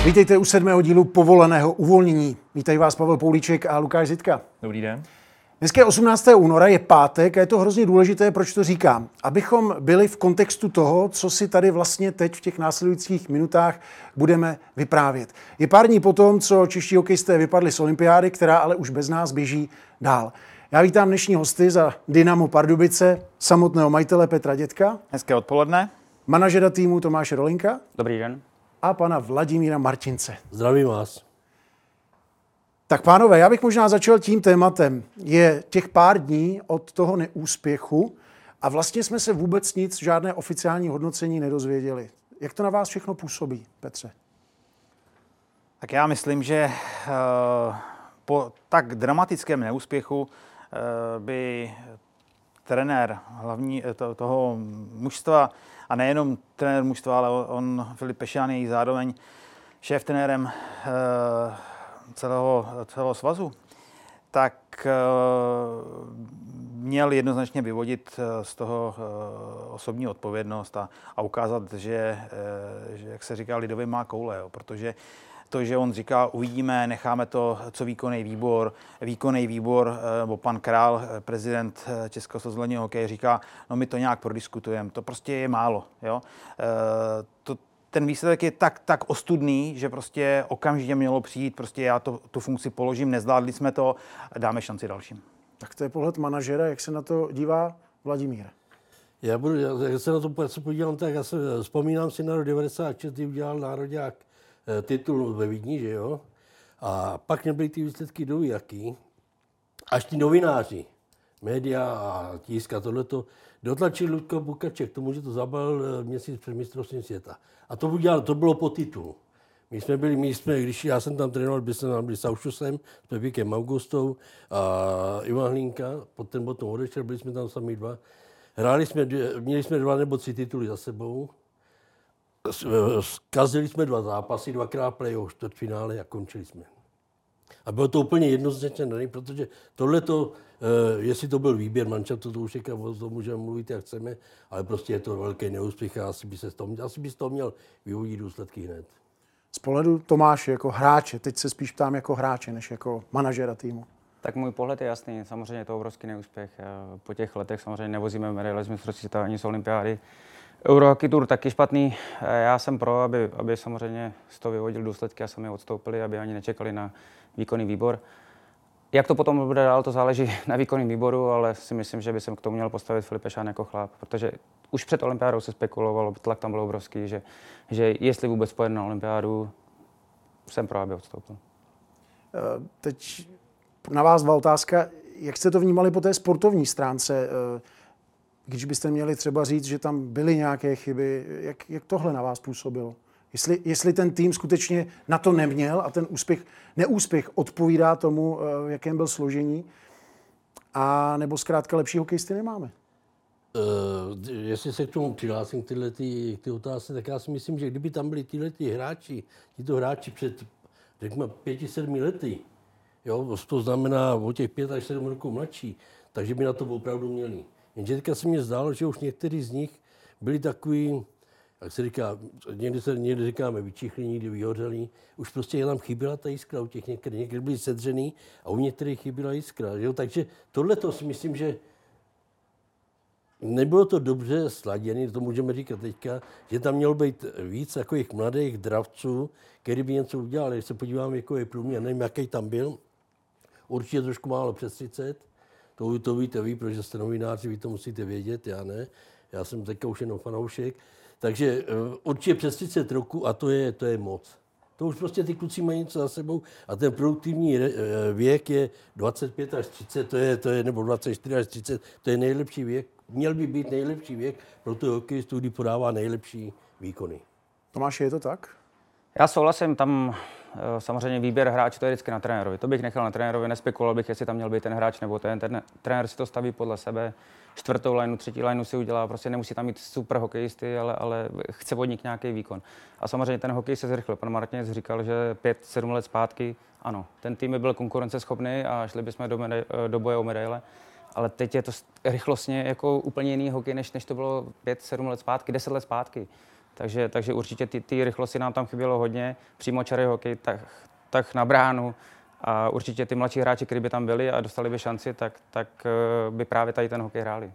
Vítejte u 7. dílu Povoleného uvolnění. Vítají vás Pavel Poulíček a Lukáš Zitka. Dobrý den. Dneska je 18. února, je pátek a je to hrozně důležité, proč to říkám. Abychom byli v kontextu toho, co si tady vlastně teď v těch následujících minutách budeme vyprávět. Je pár dní potom, co čeští hokejisté vypadli z olympiády, která ale už bez nás běží dál. Já vítám dnešní hosty za Dynamo Pardubice, samotného majitele Petra Dětka. Hezké odpoledne. Manažera týmu Tomáše Rolinka. Dobrý den. A pana Vladimíra Martince. Zdravím vás. Tak pánové, já bych možná začal tím tématem. Je těch pár dní od toho neúspěchu a vlastně jsme se vůbec nic, žádné oficiální hodnocení nedozvěděli. Jak to na vás všechno působí, Petře? Tak já myslím, že po tak dramatickém neúspěchu by trenér toho mužstva, a nejenom trenér mužstva, ale Filip Pešán je zároveň šéf trenérem celého svazu, tak měl jednoznačně vyvodit z toho osobní odpovědnost a ukázat, že jak se říká, lidově má koule, jo, protože to, že on říká, uvidíme, necháme to, co výkonný výbor, nebo pan Král, prezident Českého svazu ledního hokeje, říká, no my to nějak prodiskutujeme, to prostě je málo, jo. Ten výsledek je tak ostudný, že prostě okamžitě mělo přijít, prostě já tu funkci položím, nezvládli jsme to, dáme šanci dalším. Tak to je pohled manažera, jak se na to dívá Vladimír? Já se na to podívám tak, já se vzpomínám si na rok 96, kdy udělal nároďák titul ve Vídni, že jo? A pak nebyly ty výsledky jaký. Až ti novináři, média a tisk a tohleto, dotlačil Ludka Bukače k tomu, že to zabalil měsíc před mistrovstvím světa. A to bylo po titulu. My jsme, když já jsem tam trénoval, byli s Aušusem, s Pepíkem Augustou a Ivan Hlinka, ten potom odešel, byli jsme tam sami dva. Měli jsme 2 nebo 3 tituly za sebou. Zkazili jsme 2 zápasy, 2krát play-off, čtvrtfinále a končili jsme. A bylo to úplně jednoznačně daný, protože tohleto, jestli to byl výběr manšaftu, to už je, o tom můžeme mluvit, jak chceme, ale prostě je to velký neúspěch a asi by z toho měl vyvodit důsledky hned. Z pohledu Tomáše jako hráče, teď se spíš ptám jako hráče, než jako manažera týmu. Tak můj pohled je jasný, samozřejmě je to obrovský neúspěch. Po těch letech samozřejmě nevozíme medaile z mistrovství světa ani z olympiády. Eurohockey Tour taky špatný. Já jsem pro, aby samozřejmě z toho vyvodil důsledky a sami odstoupili, aby ani nečekali na výkonný výbor. Jak to potom bude dál, to záleží na výkonném výboru, ale si myslím, že by se k tomu měl postavit Filip Pešán jako chlap, protože už před olympiádou se spekulovalo, tlak tam byl obrovský, že jestli vůbec pojede na olympiádu, jsem pro, aby odstoupil. Teď na vás 2 otázka. Jak jste to vnímali po té sportovní stránce? Když byste měli třeba říct, že tam byly nějaké chyby, jak tohle na vás působilo? Jestli ten tým skutečně na to neměl a ten neúspěch odpovídá tomu, v jakém byl složení, a nebo zkrátka lepší hokejisty nemáme? Jestli se k tomu přihlásím k ty otázce, tak já si myslím, že kdyby tam byli tito hráči před, řekněme, 5-7 lety, jo, to znamená o těch 5 až 7 roků mladší, takže by na to opravdu měli. Jenže teďka se mně zdálo, že už někteří z nich byli takový, jak se říká, někdy říkáme vyčichlí, někdy vyhořelí, už prostě tam chyběla ta jiskra u těch některých byli sedřený a u některých chyběla jiskra. Jo? Takže tohleto si myslím, že nebylo to dobře sladěné, to můžeme říkat teďka, že tam mělo být víc takových mladých dravců, který by něco udělali. Když se podívám, jako je průměr, nevím, jaký tam byl, určitě trošku málo přes 30, to víte vy, protože jste novináři, vy to musíte vědět, já ne. Já jsem teďka už jenom fanoušek. Takže určitě přes 30 roku a to je moc. To už prostě ty kluci mají něco za sebou a ten produktivní věk je 25 až 30, to je nebo 24 až 30, to je nejlepší věk. Měl by být nejlepší věk pro toho hokejistu, kdy podává nejlepší výkony. Tomáš, je to tak? Já souhlasím, tam samozřejmě výběr hráčů to je vždycky na trenérovi. To bych nechal na trenérovi, nespekuloval bych, jestli tam měl být ten hráč nebo ten trenér si to staví podle sebe. 4. lineu, 3. lineu si udělá, prostě nemusí tam mít super hokejisty, ale chce od nich nějaký výkon. A samozřejmě ten hokej se zrychlil. Pan Martinec říkal, že 5-7 let zpátky, ano, ten tým by byl konkurenceschopný a šli bychom do boje o medaile. Ale teď je to rychlostně jako úplně jiný hokej, než to bylo 5-7 let zpátky, 10 let zpátky. Takže určitě ty rychlosti nám tam chybělo hodně, přímočarý hokej, tak na bránu. A určitě ty mladší hráči, kteří by tam byli a dostali by šanci, tak by právě tady ten hokej hráli.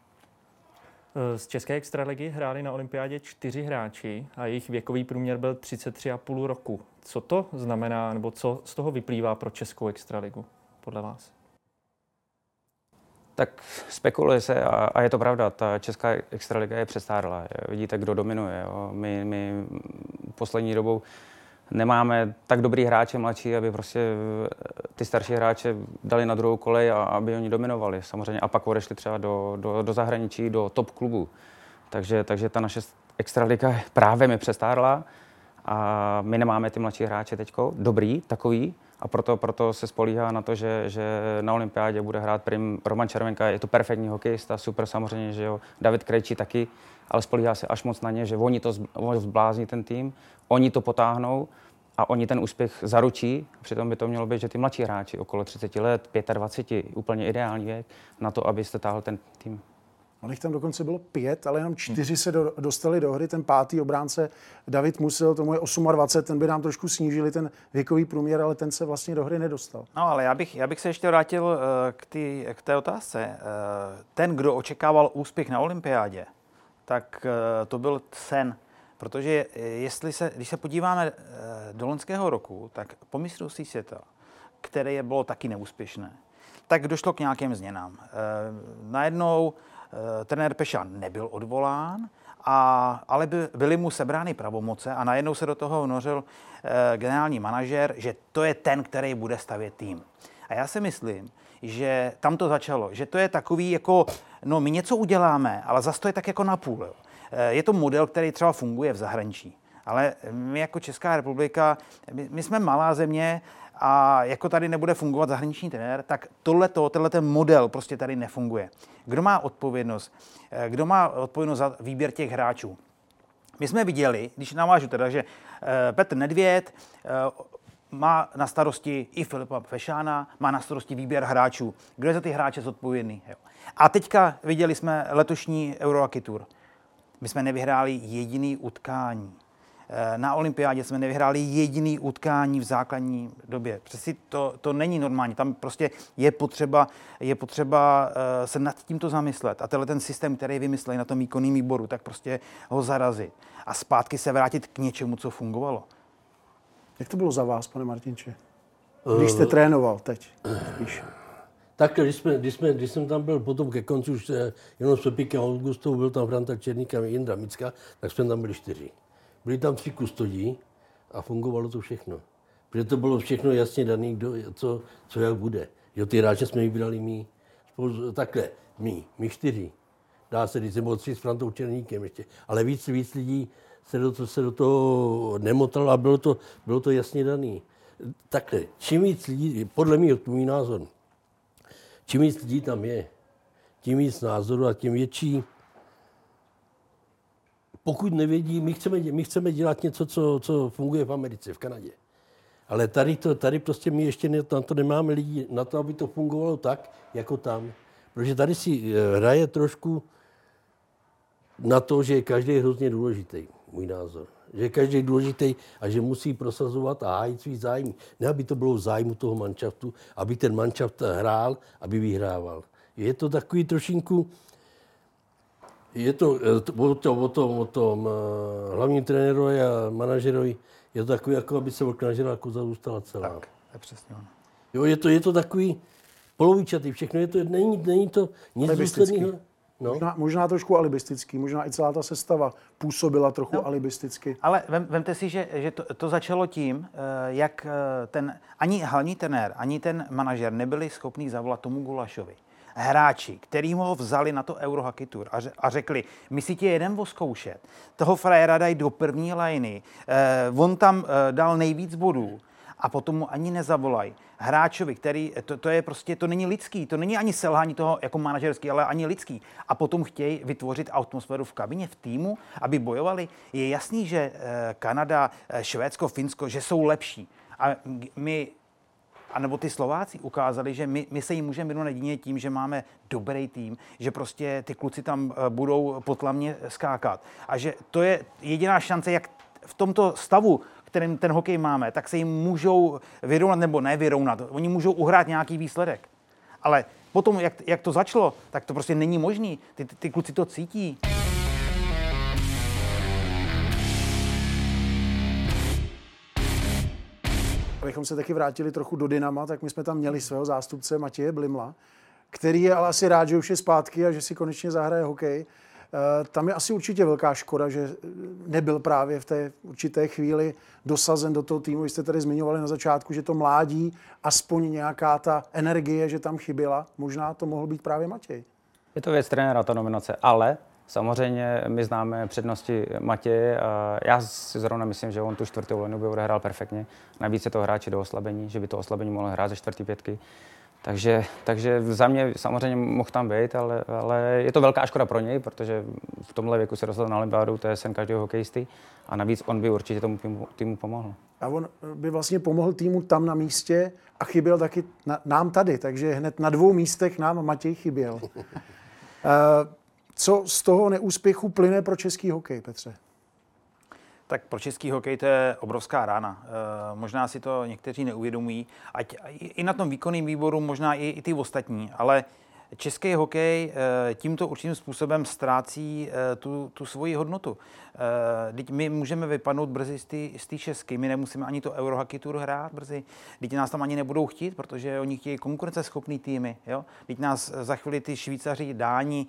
Z české extraligy hráli na olympiádě 4 hráči a jejich věkový průměr byl 33,5 roku. Co to znamená, nebo co z toho vyplývá pro českou extraligu, podle vás? Tak spekuluje se a je to pravda, ta česká extraliga je přestárlá. Vidíte, kdo dominuje. Jo. My poslední dobou nemáme tak dobrý hráče mladší, aby prostě ty starší hráče dali na druhou kolej a aby oni dominovali. Samozřejmě a pak odešli třeba do zahraničí, do top klubů. Takže ta naše extraliga právě mi přestárla a my nemáme ty mladší hráče teďko dobrý, takový. A proto se spolíhá na to, že na olympiádě bude hrát prim Roman Červenka. Je to perfektní hokejista, super samozřejmě, že jo. David Krejčí taky, ale spolíhá se až moc na ně, že oni to zblázní ten tým, oni to potáhnou a oni ten úspěch zaručí. Přitom by to mělo být, že ty mladší hráči okolo 30 let, 25, úplně ideální věk na to, abyste táhl ten tým. On jich tam dokonce bylo 5, ale jenom 4 se dostali do hry. Ten 5. obránce David Musil, tomu je 28, ten by nám trošku snížili ten věkový průměr, ale ten se vlastně do hry nedostal. No ale já bych se ještě vrátil k té otázce. Ten, kdo očekával úspěch na olympiádě, tak to byl sen. Protože když se podíváme do loňského roku, tak po mistrovství světa, které bylo taky neúspěšné, tak došlo k nějakým změnám. Najednou trenér Peša nebyl odvolán, ale byly mu sebrány pravomoce a najednou se do toho vnořil generální manažer, že to je ten, který bude stavět tým. A já si myslím, že tam to začalo, že to je takový jako, no my něco uděláme, ale zase to je tak jako napůl. Jo. Je to model, který třeba funguje v zahraničí, ale my jako Česká republika, my jsme malá země a jako tady nebude fungovat zahraniční trenér, tak tenhle ten model prostě tady nefunguje. Kdo má odpovědnost? Kdo má odpovědnost za výběr těch hráčů? My jsme viděli, když navážu teda, že Petr Nedvěd má na starosti i Filipa Fešána, má na starosti výběr hráčů. Kdo je za ty hráče zodpovědný? Jo. A teďka viděli jsme letošní Eurohockey Tour. My jsme nevyhráli jediný utkání. Na olympiádě jsme nevyhráli jediný utkání v základní době. Přesně to není normální. Tam prostě je potřeba se nad tímto zamyslet. A tenhle ten systém, který vymysleli na tom výkonném výboru, tak prostě ho zarazit. A zpátky se vrátit k něčemu, co fungovalo. Jak to bylo za vás, pane Martinče? Když jste trénoval teď? Spíš. Tak, když jsem tam byl potom ke konci, už jenom s Pepíkem Augustou, byl tam Franta Černík a Jindra Micka, tak jsme tam byli 4. Byli tam 3 kustodí a fungovalo to všechno. Protože to bylo všechno jasně dané, co jak bude. Jo, ty hráče jsme vybírali my. Takhle, my 4. Dá se říct, nebo 3 s Frantou Černíkem ještě. Ale víc lidí se do toho nemotalo a bylo to jasně dané. Takhle, čím víc lidí, podle mě, to můj názor, čím víc lidí tam je, tím víc názoru a tím větší. Pokud nevědí, my chceme dělat něco, co funguje v Americe, v Kanadě. Ale tady prostě my ještě na to nemáme lidi, na to, aby to fungovalo tak, jako tam. Protože tady si hraje trošku na to, že je každý hrozně důležitý, můj názor. Že je každý důležitý a že musí prosazovat a hájit svý zájmy. Ne, aby to bylo v zájmu toho manšaftu, aby ten manšaft hrál, aby vyhrával. Je to takový trošinku, je to o tom hlavním trenérovi a manažerovi, je to takový, jako aby se oknažila koza zůstala celá. Tak, to je přesně ono. Jo, je to takový polovičatý, všechno, není to nic důsledného. No. Možná trošku alibistický, možná i celá ta sestava působila trochu alibisticky. Ale vemte si, že to začalo tím, jak ani hlavní trenér, ani ten manažer nebyli schopni zavolat tomu Gulašovi. Hráči, který ho vzali na to Eurohockey Tour a řekli, my si tě jedem oskoušet, toho frajera dají do první lajny, on tam dal nejvíc bodů a potom mu ani nezavolají. Hráčovi, který, to je prostě, to není lidský, to není ani selhání toho jako manažerský, ale ani lidský. A potom chtějí vytvořit atmosféru v kabině, v týmu, aby bojovali. Je jasný, že Kanada, Švédsko, Finsko, že jsou lepší. A my A nebo ty Slováci ukázali, že my se jim můžeme vyrovnat jedině tím, že máme dobrý tým, že prostě ty kluci tam budou potlamně skákat. A že to je jediná šance, jak v tomto stavu, kterým ten hokej máme, tak se jim můžou vyrovnat nebo nevyrovnat. Oni můžou uhrát nějaký výsledek. Ale potom, jak to začalo, tak to prostě není možný. Ty kluci to cítí. Abychom se taky vrátili trochu do Dynama, tak my jsme tam měli svého zástupce Matěje Blimla, který je ale asi rád, že už je zpátky a že si konečně zahraje hokej. Tam je asi určitě velká škoda, že nebyl právě v té určité chvíli dosazen do toho týmu. Vy jste tady zmiňovali na začátku, že to mládí, aspoň nějaká ta energie, že tam chyběla. Možná to mohl být právě Matěj. Je to věc trenéra, ta nominace, ale samozřejmě my známe přednosti Matěje a já si zrovna myslím, že on tu čtvrtou lineu by odehrál perfektně. Navíc je to hráči do oslabení, že by to oslabení mohl hrát ze čtvrtý pětky. Takže za mě samozřejmě mohl tam být, ale je to velká škoda pro něj, protože v tomhle věku se dostat na olympiádu, to je sen každého hokejisty a navíc on by určitě tomu týmu pomohl. A on by vlastně pomohl týmu tam na místě a chyběl taky nám tady, takže hned na 2 místech nám Matěj chyběl. Co z toho neúspěchu plyne pro český hokej, Petře? Tak pro český hokej to je obrovská rána. Možná si to někteří neuvědomují, ať i na tom výkonném výboru, možná i ty ostatní, ale český hokej tímto určitým způsobem ztrácí tu svoji hodnotu. Teď my můžeme vypadnout brzy z té šestky, my nemusíme ani to Eurohockey Tour hrát brzy, teď nás tam ani nebudou chtít, protože oni chtějí konkurenceschopný týmy. Jo? Teď nás za chvíli ty Švýcaři, Dáni,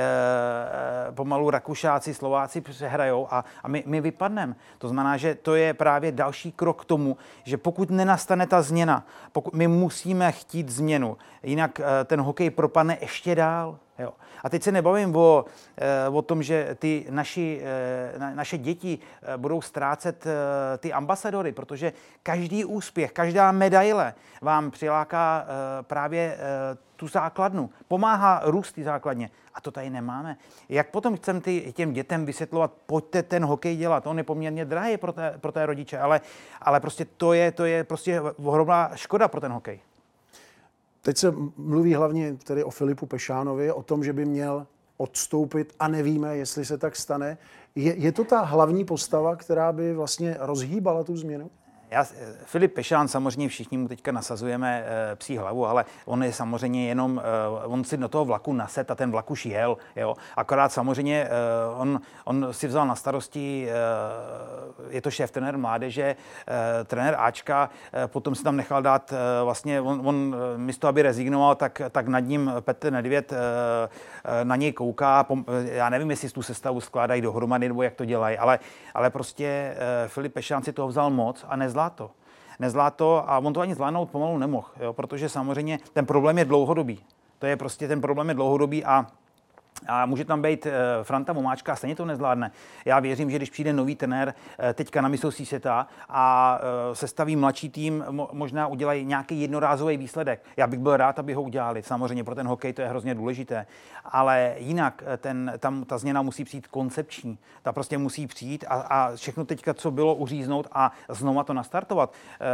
pomalu Rakušáci, Slováci přehrajou a my vypadneme. To znamená, že to je právě další krok k tomu, že pokud nenastane ta změna, my musíme chtít změnu, jinak ten hokej propadne ještě dál. Jo. A teď se nebavím o tom, že ty naše děti budou ztrácet ty ambasadory, protože každý úspěch, každá medaile vám přiláká právě tu základnu, pomáhá růst té základně. A to tady nemáme. Jak potom chcem těm dětem vysvětlovat, pojďte ten hokej dělat, on je poměrně drahý pro té rodiče, ale prostě to je prostě ohromná škoda pro ten hokej. Teď se mluví hlavně tedy o Filipu Pešánovi, o tom, že by měl odstoupit a nevíme, jestli se tak stane. Je to ta hlavní postava, která by vlastně rozhýbala tu změnu? Filip Pešán, samozřejmě všichni mu teďka nasazujeme psí hlavu, ale on je samozřejmě jenom, on si do toho vlaku naset a ten vlak už jel. Jo? Akorát samozřejmě on si vzal na starosti, je to šéf trenér mládeže, trenér Ačka, potom si tam nechal dát vlastně, on místo, aby rezignoval, tak nad ním Petr Nedvěd na něj kouká. Já nevím, jestli tu sestavu skládají dohromady, nebo jak to dělají, ale prostě Filip Pešán si toho vzal moc a nezvládl to a on to ani zvládnout pomalu nemohl, jo, protože samozřejmě ten problém je dlouhodobý. To je prostě ten problém je dlouhodobý a může tam být Franta Vomáčka a stejně to nezvládne. Já věřím, že když přijde nový trenér teďka na mistrovství světa a sestaví mladší tým, možná udělají nějaký jednorázový výsledek. Já bych byl rád, aby ho udělali. Samozřejmě pro ten hokej to je hrozně důležité. Ale jinak tam ta změna musí přijít koncepční. Ta prostě musí přijít a všechno teďka, co bylo, uříznout a znova to nastartovat.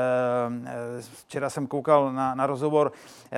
Včera jsem koukal na rozhovor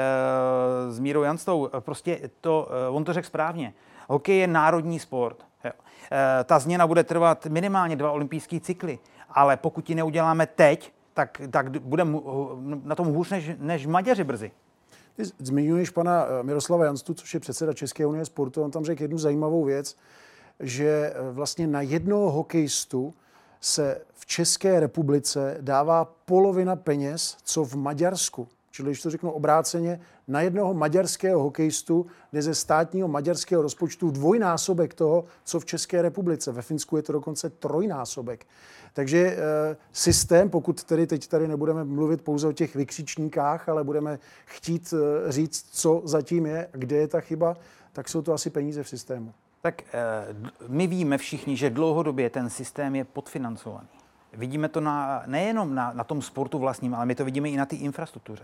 s Mírou Janstou. Prostě on to řekl správně. Hokej je národní sport. Jo. Ta změna bude trvat minimálně 2 olympijské cykly, ale pokud ji neuděláme teď, tak budeme na tom hůř než Maďaři brzy. Ty zmiňuješ pana Miroslava Janstu, což je předseda České unie sportu. On tam řekl jednu zajímavou věc, že vlastně na jednoho hokejistu se v České republice dává polovina peněz, co v Maďarsku. Čili, když to řeknu obráceně, na jednoho maďarského hokejistu jde ze státního maďarského rozpočtu 2násobek toho, co v České republice. Ve Finsku je to dokonce 3násobek. Takže systém, pokud tedy teď tady nebudeme mluvit pouze o těch vykřičníkách, ale budeme chtít říct, co zatím je, kde je ta chyba, tak jsou to asi peníze v systému. Tak my víme všichni, že dlouhodobě ten systém je podfinancovaný. Vidíme to nejenom na tom sportu vlastním, ale my to vidíme i na té infrastruktuře.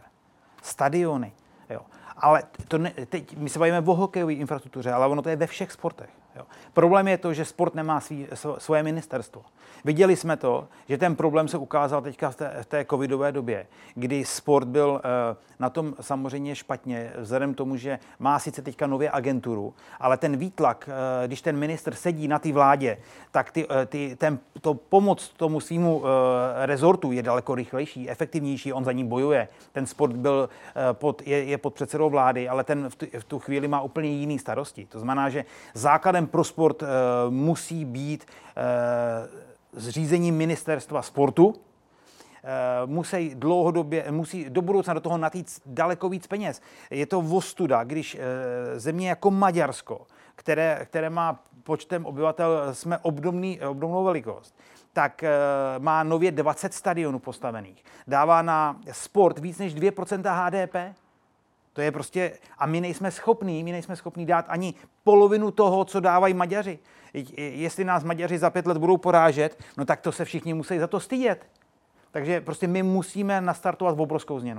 Stadiony. Jo. Ale teď my se bavíme o hokejové infrastruktuře, ale ono to je ve všech sportech. Jo. Problém je to, že sport nemá svoje ministerstvo. Viděli jsme to, že ten problém se ukázal teďka v té covidové době, kdy sport byl na tom samozřejmě špatně, vzhledem k tomu, že má sice teďka nově agenturu, ale ten výtlak, když ten ministr sedí na té vládě, tak to pomoc tomu svýmu rezortu je daleko rychlejší, efektivnější, on za ní bojuje. Ten sport je pod předsedou vlády, ale ten v tu chvíli má úplně jiný starosti. To znamená, že základem pro sport musí být zřízení ministerstva sportu, musí do budoucna do toho natít daleko víc peněz. Je to ostuda, když země jako Maďarsko, které má počtem obyvatel, jsme obdobnou velikost, tak má nově 20 stadionů postavených. Dává na sport víc než 2% HDP. To je prostě, a my nejsme schopní dát ani polovinu toho, co dávají Maďaři. Jestli nás Maďaři za 5 let budou porážet, no tak to se všichni musí za to stydět. Takže prostě my musíme nastartovat obrovskou změnu.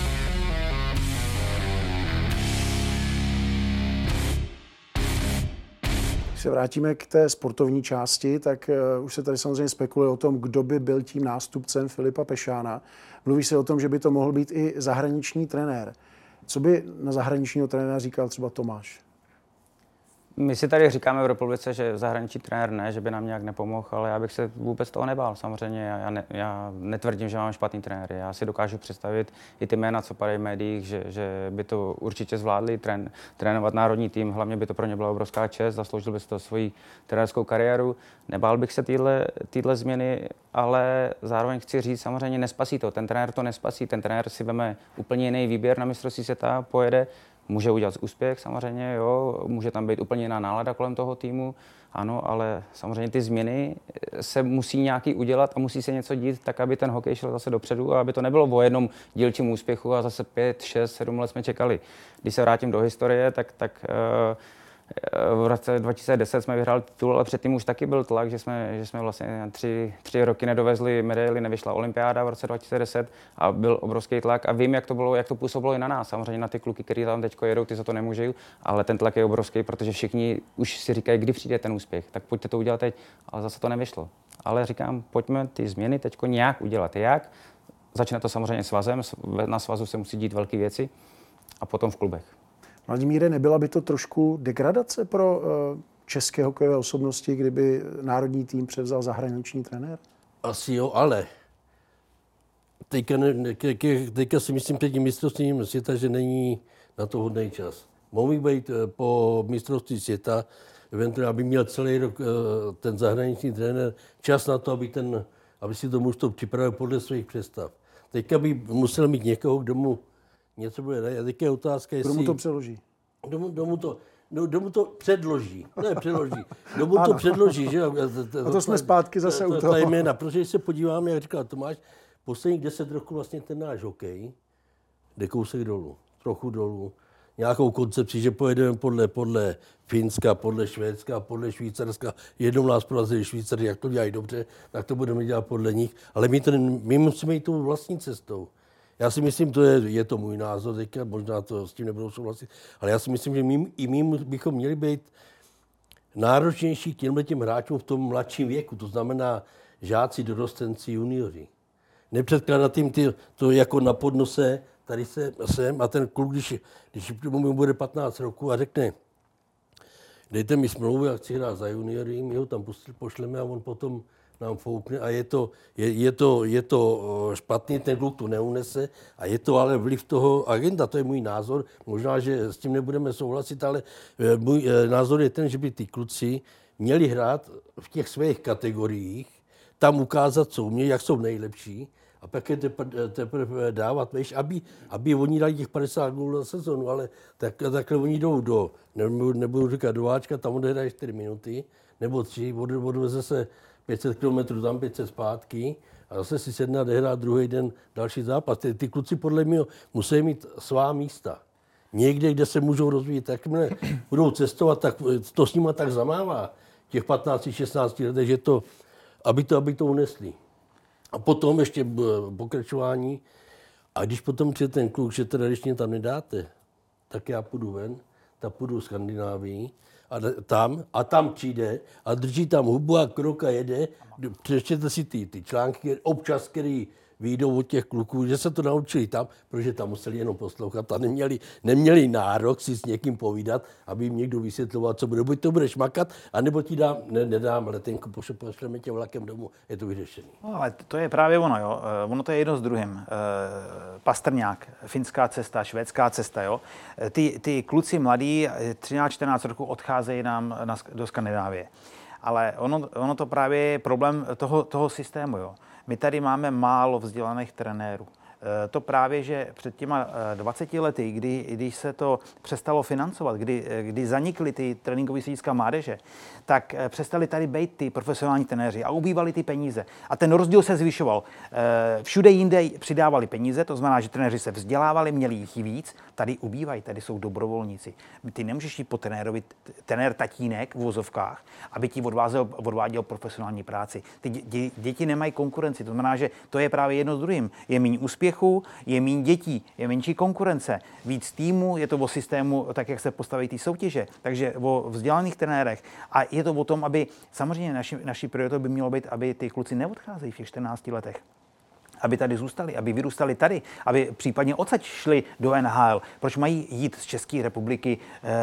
Když se vrátíme k té sportovní části, tak už se tady samozřejmě spekuluje o tom, kdo by byl tím nástupcem Filipa Pešána. Mluví se o tom, že by to mohl být i zahraniční trenér. Co by na zahraničního trenéra říkal třeba Tomáš? My si tady říkáme v republice, že zahraniční trenér ne, že by nám nějak nepomohl, ale já bych se vůbec toho nebál. Samozřejmě já netvrdím, že mám špatný trenéry. Já si dokážu představit i ty jména, co padají v médiích, že by to určitě zvládli trénovat národní tým. Hlavně by to pro ně byla obrovská čest, zasloužil by si to svoji trenérskou kariéru. Nebál bych se téhle změny, ale zároveň chci říct, samozřejmě nespasí to. Ten trenér to nespasí. Ten trenér si veme úplně jiný výběr na mistrovství světa, pojede. Může udělat úspěch samozřejmě, jo, může tam být úplně jiná nálada kolem toho týmu, ano, ale samozřejmě ty změny se musí nějaký udělat a musí se něco dít tak, aby ten hokej šel zase dopředu a aby to nebylo o jednom dílčím úspěchu a zase 5, 6, 7 let jsme čekali. Když se vrátím do historie, tak v roce 2010 jsme vyhráli titul, ale předtím už taky byl tlak, že jsme vlastně 3 roky nedovezli medaili, nevyšla olympiáda v roce 2010 a byl obrovský tlak a vím, jak to působilo i na nás. Samozřejmě na ty kluky, kteří tam teďko jedou, ty za to nemůžou, ale ten tlak je obrovský, protože všichni už si říkají, kdy přijde ten úspěch, tak pojďte to udělat teď, ale zase to nevyšlo. Ale říkám, pojďme ty změny teďko nějak udělat. Jak? Začne to samozřejmě svazem, na svazu se musí dít velké věci a potom v klubech. Vladimíre, nebyla by to trošku degradace pro české hokejové osobnosti, kdyby národní tým převzal zahraniční trenér? Asi jo, ale teďka si myslím před tím mistrovstvím světa, že není na to hodný čas. Mohl být po mistrovství světa, eventuálně, aby měl celý rok ten zahraniční trenér čas na to, aby si to mužstvo připravil podle svých představ. Teďka by musel mít někoho, kdo mu něco bude dát. A teďka je otázka, jestli... Kdo mu to přeloží? Kdo mu to předloží. Ne, předloží. Kdo mu to předloží, že? A to jsme zpátky zase u toho. Jména, protože když se podíváme, jak říkal Tomáš, posledních 10 roků vlastně ten náš hokej jde kousek dolů, trochu dolů. Nějakou koncepci, že pojedeme podle Finska, podle Švédska, podle Švýcarska. Jednou nás porazili Švýcaři, jak to dělají dobře, tak to budeme dělat podle nich. Ale my musíme jít tou vlastní cestou. Já si myslím, je to můj názor, teďka možná to s tím nebudou souhlasit, ale já si myslím, že my bychom měli být náročnější k těm hráčům v tom mladším věku, to znamená žáci, dorostenci, junioři. Nepředkládat jim to jako na podnose, tady sem a ten kluk, když mu bude 15 roku a řekne, dejte mi smlouvu, jak chci hrát za juniory, my ho tam pošleme a on potom nám foukne a je to špatný, ten kluk to neunese a je to ale vliv toho agenta, to je můj názor, možná, že s tím nebudeme souhlasit, ale můj názor je ten, že by ty kluci měli hrát v těch svých kategoriích, tam ukázat, co umějí, jak jsou nejlepší a pak je teprve dávat, aby oni dali těch 50 gólů na sezonu, ale takhle oni jdou nebudu říkat do Váčka, tam odehrají 4 minuty, nebo 3, odveze se 500 km tam, 500 zpátky a zase si sedne a hrát druhý den další zápas. Ty kluci podle mě musí mít svá místa. Někde, kde se můžou rozvíjet, tak budou cestovat, tak to s nima tak zamává těch 15-16 letech, že aby to unesli. A potom ještě pokračování. A když potom přijde ten kluk, že teda když mě tam nedáte, tak já půjdu ven, tak půjdu Skandinávii a tam přijde a drží tam hubu a kroka jede. Přečtěte si ty články, občas, který vyjdou od těch kluků, že se to naučili tam, protože tam museli jenom poslouchat a neměli nárok si s někým povídat, aby jim někdo vysvětloval, co bude. Buď to budeš makat, anebo ti nedám letenku, pošleme tě vlakem domů, je to vyřešené. No, ale to je právě ono, jo. Ono to je jedno s druhým. Pastrňák, finská cesta, švédská cesta, jo. Ty kluci mladí, 13-14 roků odcházejí nám do Skandinávie. Ale ono to právě je problém toho systému, jo. My tady máme málo vzdělaných trenérů. To právě, že před těma 20 lety, když se to přestalo financovat, kdy zanikly ty tréninkové střediska mládeže, tak přestali tady být ty profesionální trenéři a ubývali ty peníze. A ten rozdíl se zvyšoval. Všude jinde přidávali peníze, to znamená, že trenéři se vzdělávali, měli jich víc, tady ubývají, tady jsou dobrovolníci. Ty nemůžeš jít po trenérovi, trenér tatínek v vozovkách, aby ti odváděl profesionální práci. Ty děti nemají konkurenci, to znamená, že to je právě jedno s druhým. Je méně úspěchů, je méně dětí, je menší konkurence, víc týmů, je to o systému, tak jak se postaví ty soutěže, takže o vzdělaných trenérech. A je to o tom, aby samozřejmě naší prioritou by mělo být, aby ty kluci neodcházejí v těch 14 letech. Aby tady zůstali, aby vyrůstali tady, aby případně odsaď šli do NHL. Proč mají jít z České republiky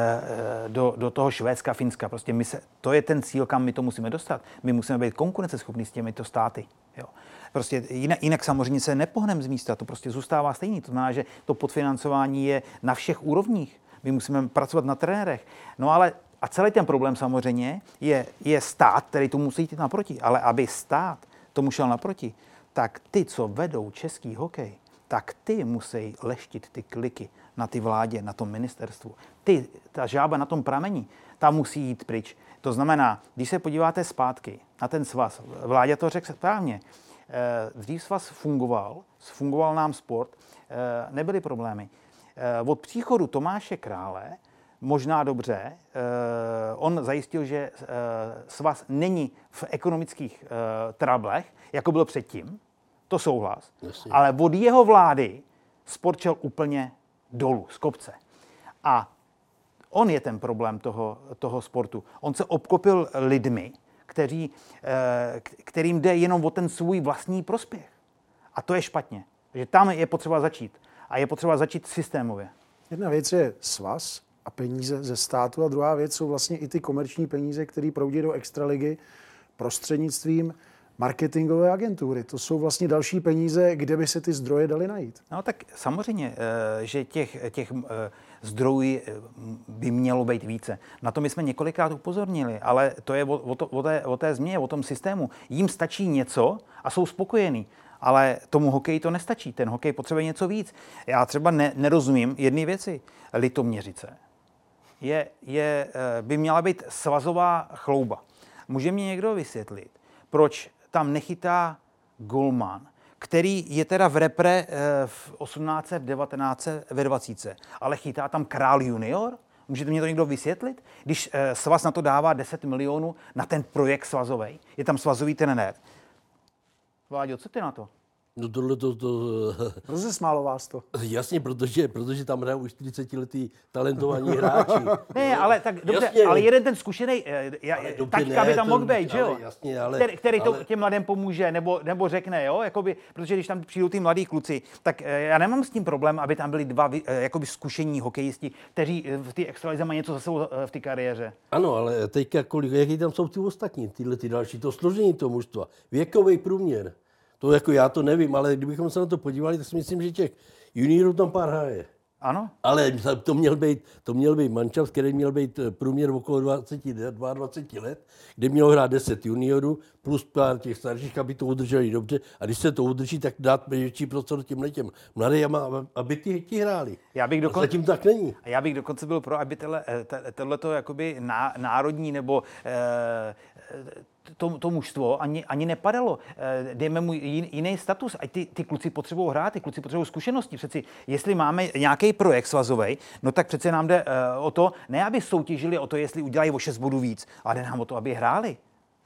do toho Švédska, Finska? Prostě to je ten cíl, kam my to musíme dostat. My musíme být konkurenceschopní s těmito státy. Jo. Prostě jinak samozřejmě se nepohneme z místa, to prostě zůstává stejný. To znamená, že to podfinancování je na všech úrovních. My musíme pracovat na trenérech. No ale a celý ten problém samozřejmě je stát, který tomu musí jít naproti. Ale aby stát tomu šel naproti, tak ty, co vedou český hokej, tak ty musí leštit ty kliky na ty vládě, na tom ministerstvu. Ta žába na tom pramení, ta musí jít pryč. To znamená, když se podíváte zpátky na ten svaz, vládě to řekl správně, dřív svaz fungoval nám sport, nebyly problémy. Od příchodu Tomáše Krále, možná dobře, on zajistil, že svaz není v ekonomických trablech, jako bylo předtím, to souhlas, ale od jeho vlády sport šel úplně dolů, z kopce. A on je ten problém toho sportu. On se obklopil lidmi, kterým jde jenom o ten svůj vlastní prospěch. A to je špatně. Že tam je potřeba začít. A je potřeba začít systémově. Jedna věc je svaz a peníze ze státu a druhá věc jsou vlastně i ty komerční peníze, které proudí do extraligy prostřednictvím marketingové agentury. To jsou vlastně další peníze, kde by se ty zdroje daly najít. No tak samozřejmě, že těch zdrojů by mělo být více. Na to my jsme několikrát upozornili, ale to je o té změně, o tom systému. Jím stačí něco a jsou spokojení. Ale tomu hokeji to nestačí. Ten hokej potřebuje něco víc. Já třeba nerozumím jedné věci. Litoměřice by měla být svazová chlouba. Může mě někdo vysvětlit, proč tam nechytá golman, který je teda v repre v 18, v 19, ve 20, ale chytá tam král junior? Můžete mě to někdo vysvětlit? Když svaz na to dává 10 milionů na ten projekt svazový, je tam svazový trenér. Vláďo, co ty na to? No tohle to... Rozesmálo vás to. Jasně, protože tam hrajou už 40letý talentovaní hráči. Ne, ale tak dobře, jasně. Ale jeden ten zkušený taťka by tam mohl být, že jo? Jasně, ale... Který těm mladým pomůže, nebo řekne, jo? Jakoby, protože když tam přijdou ty mladí kluci, tak já nemám s tím problém, aby tam byli dva jakoby zkušení hokejisti, kteří v té extralize mají něco za sebou v té kariéře. Ano, ale teďka jaký tam jsou ty ostatní, ty další, to složení toho mužstva, věkový průměr. To jako já to nevím, ale kdybychom se na to podívali, tak si myslím, že těch juniorů tam pár hraje. Ano. Ale to měl být mančaft, který měl být průměr okolo 22 let, kde mělo hrát 10 juniorů plus pár těch starších, aby to udrželi dobře. A když se to udrží, tak dát větší prostor těm mladým, aby ti hráli. Zatím tak není. Já bych dokonce byl pro, aby tohleto jakoby národní nebo to mužstvo ani nepadalo. Dejme mu jiný status. A ty kluci potřebují hrát, ty kluci potřebují zkušenosti. Přeci, jestli máme nějaký projekt svazový, no tak přece nám jde o to, ne aby soutěžili o to, jestli udělají o 6 bodů víc, ale jde nám o to, aby hráli.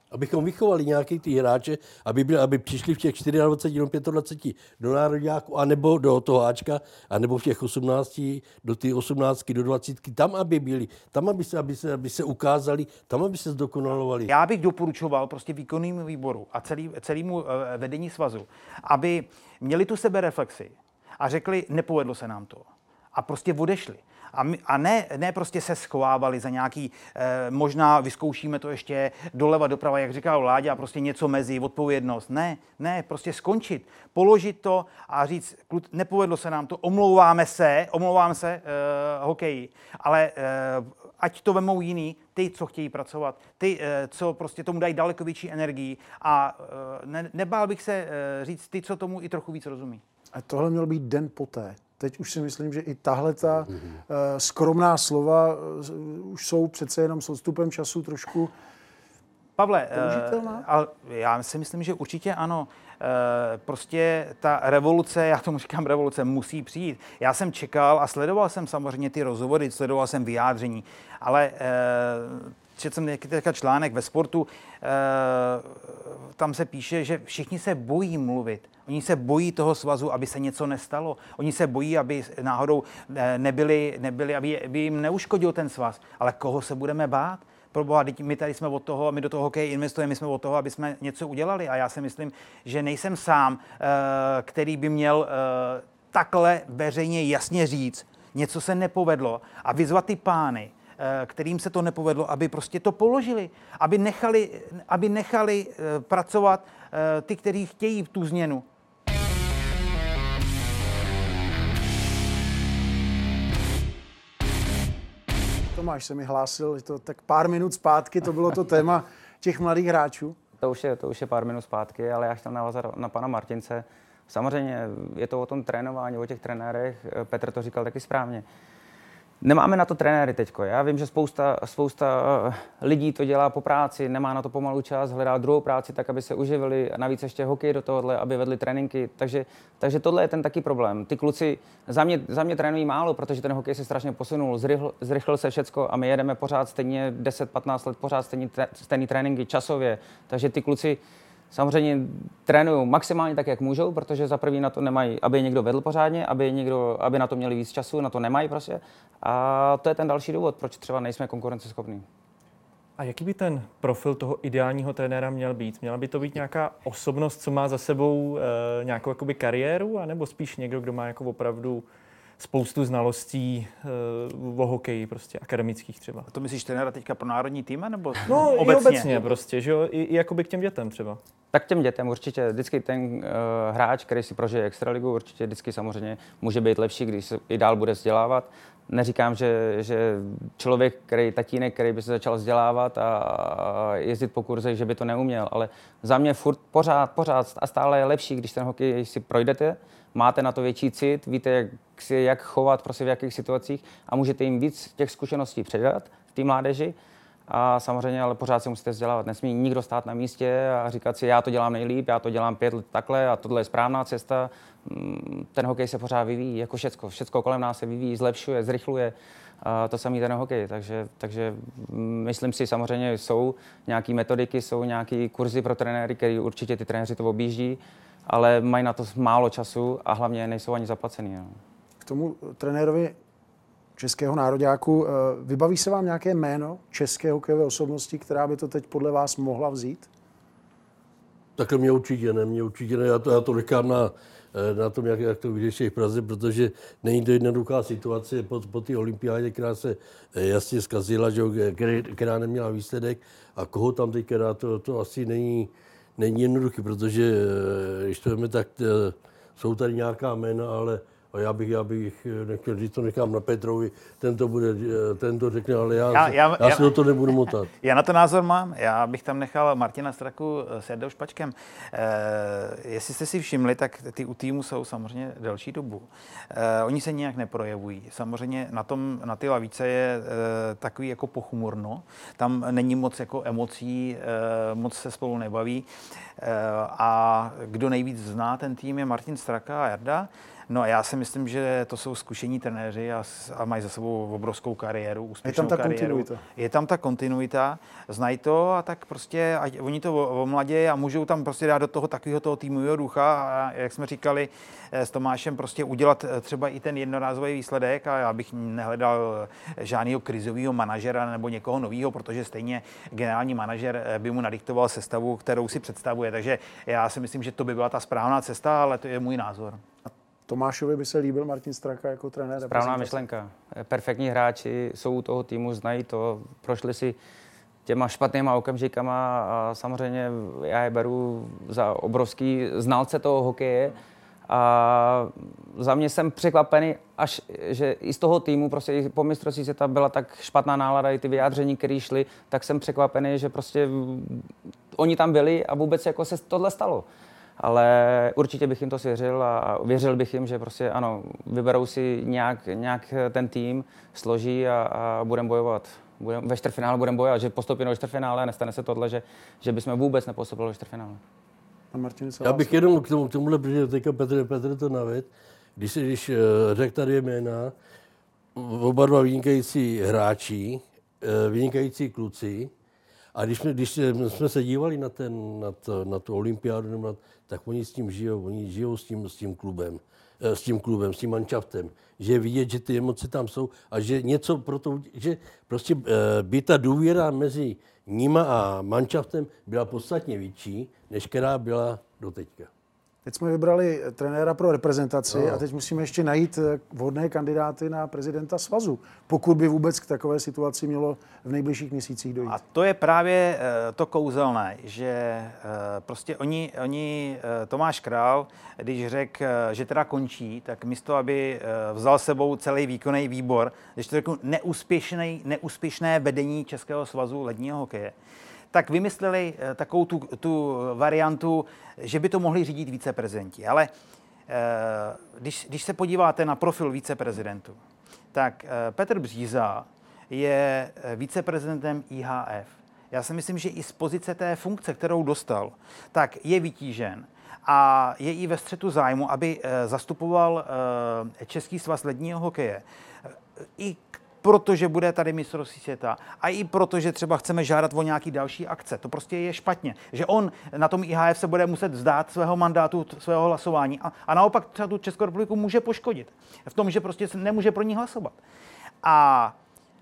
Abychom vychovali nějaký ty hráče, aby přišli v těch 24 do 25 do národňáku, anebo do toho Ačka, anebo v těch 18 do ty 18 do 20, tam, aby byli, tam, aby se ukázali, tam, aby se zdokonalovali. Já bych doporučoval prostě výkonnému výboru a celému vedení svazu, aby měli tu sebereflexi a řekli, nepovedlo se nám to. A prostě odešli. A ne prostě se schovávali za nějaký, možná vyzkoušíme to ještě doleva, doprava, jak říkal Láďa, prostě něco mezi, odpovědnost. Ne, prostě skončit, položit to a říct, nepovedlo se nám to, omlouvám se hokeji, ale ať to vemou jiný, ty, co chtějí pracovat, ty, co prostě tomu dají daleko větší energii a nebál bych se říct ty, co tomu i trochu víc rozumí. A tohle měl být den poté. Teď už si myslím, že i tahle ta skromná slova už jsou přece jenom s odstupem času trošku Pavle, použitelná? Já si myslím, že určitě ano. Prostě ta revoluce, já tomu říkám revoluce, musí přijít. Já jsem čekal a sledoval jsem samozřejmě ty rozhovory, sledoval jsem vyjádření, ale četl jsem teďka článek ve Sportu, tam se píše, že všichni se bojí mluvit. Oni se bojí toho svazu, aby se něco nestalo. Oni se bojí, aby náhodou nebyli aby jim neuškodil ten svaz. Ale koho se budeme bát? Proboha, my tady jsme od toho, my do toho hokeje investujeme, my jsme od toho, aby jsme něco udělali. A já si myslím, že nejsem sám, který by měl takhle veřejně jasně říct, něco se nepovedlo a vyzvat ty pány, kterým se to nepovedlo, aby prostě to položili, aby nechali pracovat ty, kteří chtějí tu změnu. Tomáš se mi hlásil, to tak pár minut zpátky, to bylo to téma těch mladých hráčů. To už je pár minut zpátky, ale já chtěl navázat na pana Martince. Samozřejmě je to o tom trénování, o těch trenérech. Petr to říkal taky správně. Nemáme na to trenéry teďko. Já vím, že spousta lidí to dělá po práci, nemá na to pomalu čas, hledá druhou práci tak, aby se uživili a navíc ještě hokej do tohohle, aby vedli tréninky. Takže tohle je ten taky problém. Ty kluci za mě trénují málo, protože ten hokej se strašně posunul, zrychlil se všecko a my jedeme pořád stejně 10-15 let, pořád stejný tréninky časově. Takže ty kluci samozřejmě trénují maximálně tak, jak můžou, protože za první na to nemají, aby je někdo vedl pořádně, aby na to měli víc času, na to nemají prostě. A to je ten další důvod, proč třeba nejsme konkurenceschopní. A jaký by ten profil toho ideálního trenéra měl být? Měla by to být nějaká osobnost, co má za sebou nějakou jakoby kariéru, anebo spíš někdo, kdo má jako opravdu spoustu znalostí o hokeji, prostě akademických třeba? A to myslíš trenéra teďka pro národní tým, nebo no, obecně? I obecně prostě, že jo? I jakoby k těm dětem třeba. Tak těm dětem určitě vždycky ten hráč, který si prožije extraligu, určitě vždycky samozřejmě může být lepší, když se i dál bude vzdělávat. Neříkám, že člověk, tatínek, který by se začal vzdělávat a jezdit po kurzech, že by to neuměl, ale za mě furt pořád a stále je lepší, když ten hokej si projdete, máte na to větší cit, víte, jak chovat prostě v jakých situacích a můžete jim víc těch zkušeností předat v té mládeži. A samozřejmě, ale pořád se musíte vzdělávat. Nesmí nikdo stát na místě a říkat si, já to dělám nejlíp, já to dělám 5 let takhle a tohle je správná cesta. Ten hokej se pořád vyvíjí, jako všecko kolem nás se vyvíjí, zlepšuje, zrychluje. A to samý ten hokej, takže myslím si, samozřejmě jsou nějaké metodiky, jsou nějaké kurzy pro trenéry, který určitě ty trenéři to objíždí, ale mají na to málo času a hlavně nejsou ani zaplacený. No. K tomu trenérovi českého nároďáku, vybaví se vám nějaké jméno české hokejové osobnosti, která by to teď podle vás mohla vzít? Takhle mě určitě ne. Já to nechám na tom, jak to vyřeší v Praze, protože není to jednoduchá situace po té olympiádě, která se jasně zkazila, že, která neměla výsledek a koho tam teď to asi není jednoduchý, protože když to víme, tak jsou tady nějaká jména, ale a já bych nechtěl říct, to nechám na Petrovi, ten to řekne, ale já se do toho nebudu motat. Já na to názor mám. Já bych tam nechal Martina Straku s Jardou Špačkem. Jestli jste si všimli, tak ty u týmu jsou samozřejmě delší dobu. Oni se nijak neprojevují. Samozřejmě na ty lavice je takový jako pochmurno. Tam není moc jako emocí, moc se spolu nebaví. A kdo nejvíc zná ten tým je Martin Straka a Jarda. No já si myslím, že to jsou zkušení trenéři a mají za sebou obrovskou kariéru, úspěšnou je tam ta kariéru. kontinuita. Je tam ta kontinuita, znají to a tak prostě ať oni to omladějí a můžou tam prostě dát do toho takového toho týmového ducha a jak jsme říkali s Tomášem, prostě udělat třeba i ten jednorázový výsledek a já bych nehledal žádného krizového manažera nebo někoho nového, protože stejně generální manažer by mu nadiktoval sestavu, kterou si představuje. Takže já si myslím, že to by byla ta správná cesta, ale to je můj názor. Tomášovi by se líbil Martin Straka jako trenér? Správná myšlenka. Perfektní hráči jsou u toho týmu, znají to, prošli si těma špatnýma okamžikama a samozřejmě já je beru za obrovský znalce toho hokeje. A za mě jsem překvapený, až že i z toho týmu, prostě i po mistrovství světa byla tak špatná nálada, i ty vyjádření, které šly, tak jsem překvapený, že prostě oni tam byli a vůbec jako se tohle stalo. Ale určitě bych jim to svěřil a věřil bych jim, že prostě ano, vyberou si nějak ten tým, složí a budeme bojovat. Ve čtvrtfinále budeme bojovat, že postoupíme do čtvrtfinále a nestane se tohle, že bychom vůbec nepostoupili do čtvrtfinále. Já bych jenom k tomuhle, protože teďka Petr to navedl, když řekl tady jména, oba dva vynikající hráči, vynikající kluci, a když jsme se dívali na tu olympiádu, tak oni s tím žijou, oni žijou s tím klubem, s tím manšaftem, že je vidět, že ty emoce tam jsou a že něco pro to, že prostě by ta důvěra mezi nima a manšaftem byla podstatně větší, než která byla doteďka. Teď jsme vybrali trenéra pro reprezentaci a teď musíme ještě najít vhodné kandidáty na prezidenta svazu, pokud by vůbec k takové situaci mělo v nejbližších měsících dojít. A to je právě to kouzelné, že prostě oni Tomáš Král, když řekl, že teda končí, tak místo, aby vzal sebou celý výkonný výbor, když to řeknu neúspěšné vedení Českého svazu ledního hokeje, tak vymysleli takovou tu variantu, že by to mohli řídit viceprezidenti. Ale když se podíváte na profil viceprezidentů, tak Petr Bříza je viceprezidentem IHF. Já si myslím, že i z pozice té funkce, kterou dostal, tak je vytížen a je i ve střetu zájmu, aby zastupoval Český svaz ledního hokeje. I protože bude tady mistrovství světa a i protože třeba chceme žádat o nějaký další akce. To prostě je špatně. Že on na tom IHF se bude muset vzdát svého mandátu, svého hlasování a naopak třeba tu Českou republiku může poškodit. V tom, že prostě nemůže pro ní hlasovat. A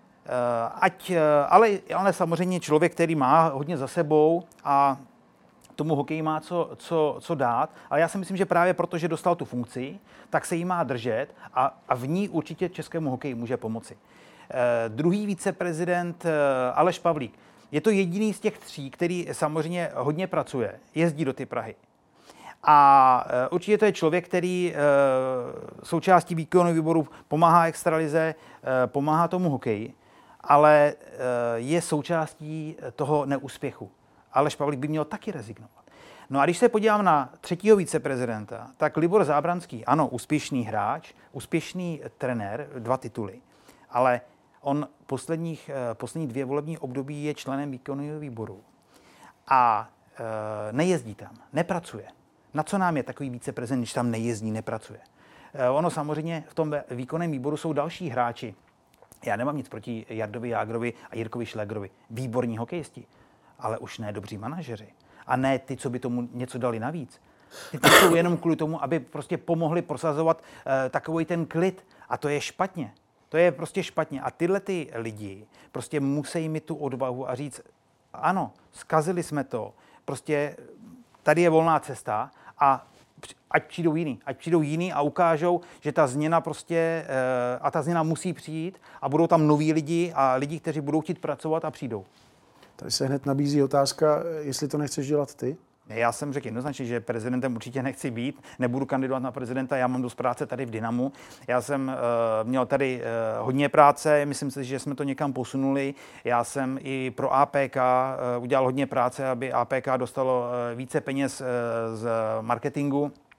ale samozřejmě člověk, který má hodně za sebou a tomu hokeji má co dát, ale já si myslím, že právě proto, že dostal tu funkci, tak se jí má držet a v ní určitě českému hokeji může pomoci. Druhý viceprezident Aleš Pavlík. Je to jediný z těch tří, který samozřejmě hodně pracuje, jezdí do ty Prahy. A určitě to je člověk, který součástí výkonného výboru pomáhá extralize, pomáhá tomu hokeji, ale je součástí toho neúspěchu. Aleš Pavlík by měl taky rezignovat. No a když se podívám na třetího viceprezidenta, tak Libor Zábranský, ano, úspěšný hráč, úspěšný trenér, 2 tituly, ale on poslední 2 volební období je členem výkonného výboru a nejezdí tam, nepracuje. Na co nám je takový viceprezident, když tam nejezdí, nepracuje? Ono samozřejmě v tom výkonném výboru jsou další hráči. Já nemám nic proti Jardovi Jágrovi a Jirkovi Šlégrovi. Výborní hokejisti, ale už ne dobří manažeři. A ne ty, co by tomu něco dali navíc. Ty tam jsou jenom kvůli tomu, aby prostě pomohli prosazovat takový ten klid. A to je špatně. To je prostě špatně. A tyhle ty lidi prostě musí mít tu odvahu a říct, ano, zkazili jsme to. Prostě tady je volná cesta a ať přijdou jiní a ukážou, že ta změna prostě, a ta změna musí přijít a budou tam noví lidi a lidi, kteří budou chtít pracovat a přijdou. Tady se hned nabízí otázka, jestli to nechceš dělat ty? Já jsem řekl jednoznačně, že prezidentem určitě nechci být, nebudu kandidovat na prezidenta, já mám dost práce tady v Dynamu. Já jsem měl tady hodně práce, myslím si, že jsme to někam posunuli. Já jsem i pro APK udělal hodně práce, aby APK dostalo více peněz z marketingu.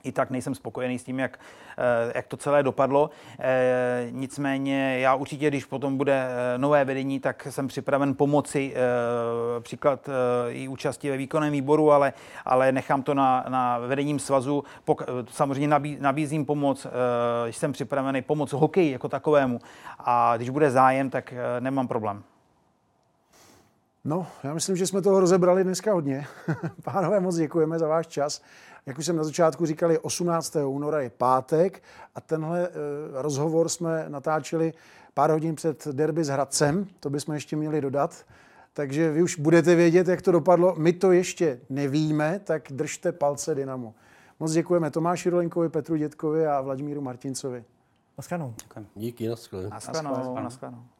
i tak nejsem spokojený s tím, jak to celé dopadlo. Nicméně já určitě, když potom bude nové vedení, tak jsem připraven pomoci, příklad i účasti ve výkonném výboru, ale nechám to na vedením svazu. Samozřejmě nabízím pomoc, jsem připravený pomoct hokeji jako takovému a když bude zájem, tak nemám problém. No, já myslím, že jsme toho rozebrali dneska hodně. Pánové, moc děkujeme za váš čas. Jak už jsem na začátku říkali, 18. února je pátek a tenhle rozhovor jsme natáčeli pár hodin před derby s Hradcem, to bychom ještě měli dodat. Takže vy už budete vědět, jak to dopadlo. My to ještě nevíme, tak držte palce Dynamu. Moc děkujeme Tomáši Rolenkovi, Petru Dětkovi a Vladimíru Martincovi. Naschledanou. Díky, naschledanou. Naschledanou.